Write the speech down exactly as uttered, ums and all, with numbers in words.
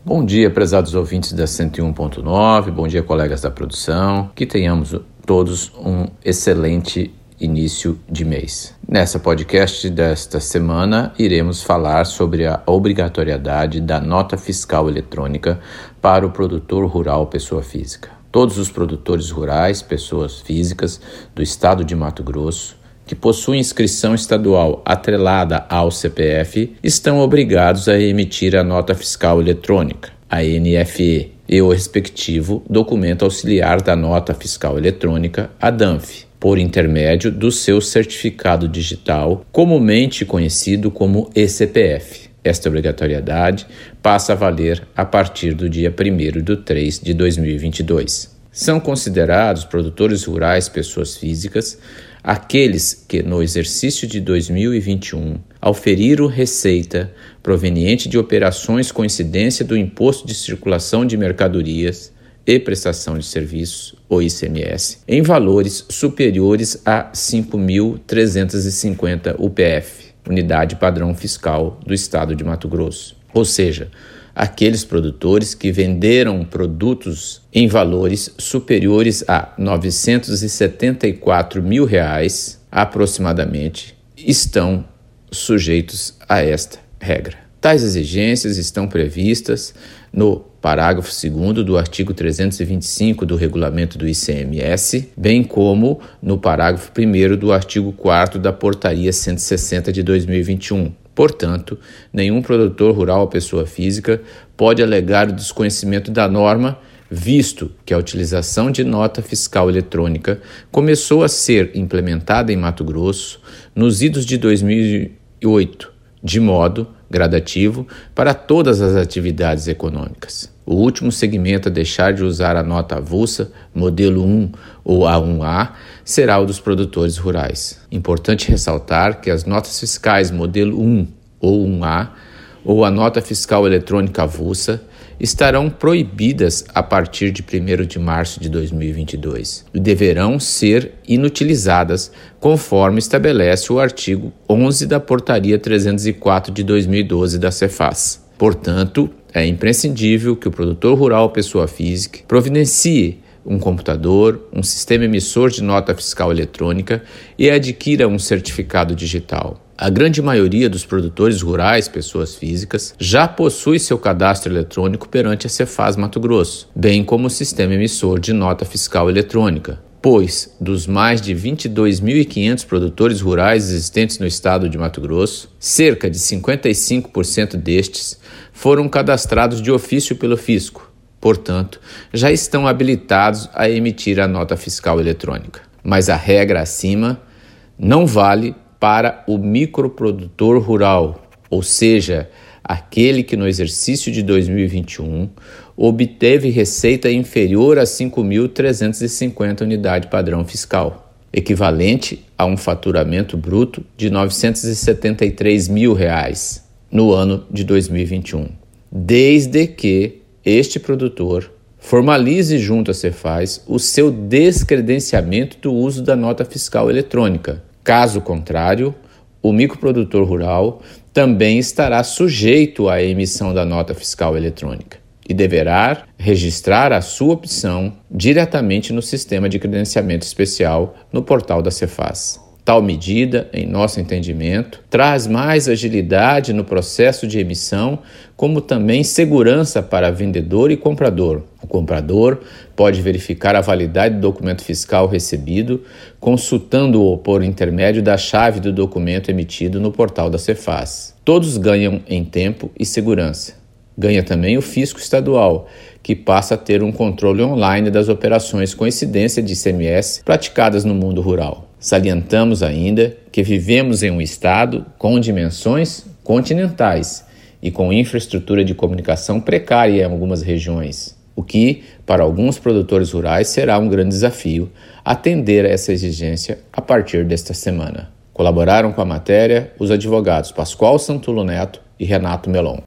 Bom dia, prezados ouvintes da cento e um ponto nove, bom dia, colegas da produção, que tenhamos todos um excelente início de mês. Nessa podcast desta semana, iremos falar sobre a obrigatoriedade da nota fiscal eletrônica para o produtor rural pessoa física. Todos os produtores rurais, pessoas físicas, do estado de Mato Grosso, que possuem inscrição estadual atrelada ao C P F, estão obrigados a emitir a nota fiscal eletrônica, a N F E, e o respectivo documento auxiliar da nota fiscal eletrônica, a D A N F, por intermédio do seu certificado digital, comumente conhecido como E C P F. Esta obrigatoriedade passa a valer a partir do dia primeiro de três de dois mil e vinte e dois. São considerados produtores rurais pessoas físicas aqueles que, no exercício de dois mil e vinte e um, auferiram receita proveniente de operações com incidência do Imposto de Circulação de Mercadorias e Prestação de Serviços, ou I C M S, em valores superiores a cinco mil trezentos e cinquenta U P F, Unidade Padrão Fiscal do Estado de Mato Grosso. Ou seja, aqueles produtores que venderam produtos em valores superiores a novecentos e setenta e quatro mil reais, aproximadamente, estão sujeitos a esta regra. Tais exigências estão previstas no parágrafo segundo do artigo trezentos e vinte e cinco do regulamento do I C M S, bem como no parágrafo primeiro do artigo quarto da portaria cento e sessenta de dois mil e vinte e um. Portanto, nenhum produtor rural ou pessoa física pode alegar o desconhecimento da norma, visto que a utilização de nota fiscal eletrônica começou a ser implementada em Mato Grosso nos idos de dois mil e oito, de modo gradativo para todas as atividades econômicas. O último segmento a deixar de usar a nota avulsa, modelo um ou A um A, será o dos produtores rurais. Importante ressaltar que as notas fiscais modelo um ou um A ou a nota fiscal eletrônica avulsa estarão proibidas a partir de primeiro de março de dois mil e vinte e dois e deverão ser inutilizadas conforme estabelece o artigo onze da portaria trezentos e quatro de dois mil e doze da Cefaz. Portanto, é imprescindível que o produtor rural pessoa física providencie um computador, um sistema emissor de nota fiscal eletrônica e adquira um certificado digital. A grande maioria dos produtores rurais, pessoas físicas, já possui seu cadastro eletrônico perante a Cefaz Mato Grosso, bem como o sistema emissor de nota fiscal eletrônica, pois, dos mais de vinte e dois mil e quinhentos produtores rurais existentes no estado de Mato Grosso, cerca de cinquenta e cinco por cento destes foram cadastrados de ofício pelo fisco. Portanto, já estão habilitados a emitir a nota fiscal eletrônica. Mas a regra acima não vale para o microprodutor rural, ou seja, aquele que no exercício de dois mil e vinte e um obteve receita inferior a cinco mil trezentos e cinquenta unidade padrão fiscal, equivalente a um faturamento bruto de novecentos e setenta e três mil reais no ano de dois mil e vinte e um, desde que este produtor formalize junto à Cefaz o seu descredenciamento do uso da nota fiscal eletrônica. Caso contrário, o microprodutor rural também estará sujeito à emissão da nota fiscal eletrônica e deverá registrar a sua opção diretamente no sistema de credenciamento especial no portal da Cefaz. Tal medida, em nosso entendimento, traz mais agilidade no processo de emissão, como também segurança para vendedor e comprador. O comprador pode verificar a validade do documento fiscal recebido, consultando-o por intermédio da chave do documento emitido no portal da Cefaz. Todos ganham em tempo e segurança. Ganha também o fisco estadual, que passa a ter um controle online das operações com incidência de I C M S praticadas no mundo rural. Salientamos ainda que vivemos em um estado com dimensões continentais e com infraestrutura de comunicação precária em algumas regiões, o que, para alguns produtores rurais, será um grande desafio atender a essa exigência a partir desta semana. Colaboraram com a matéria os advogados Pascoal Santulo Neto e Renato Melon.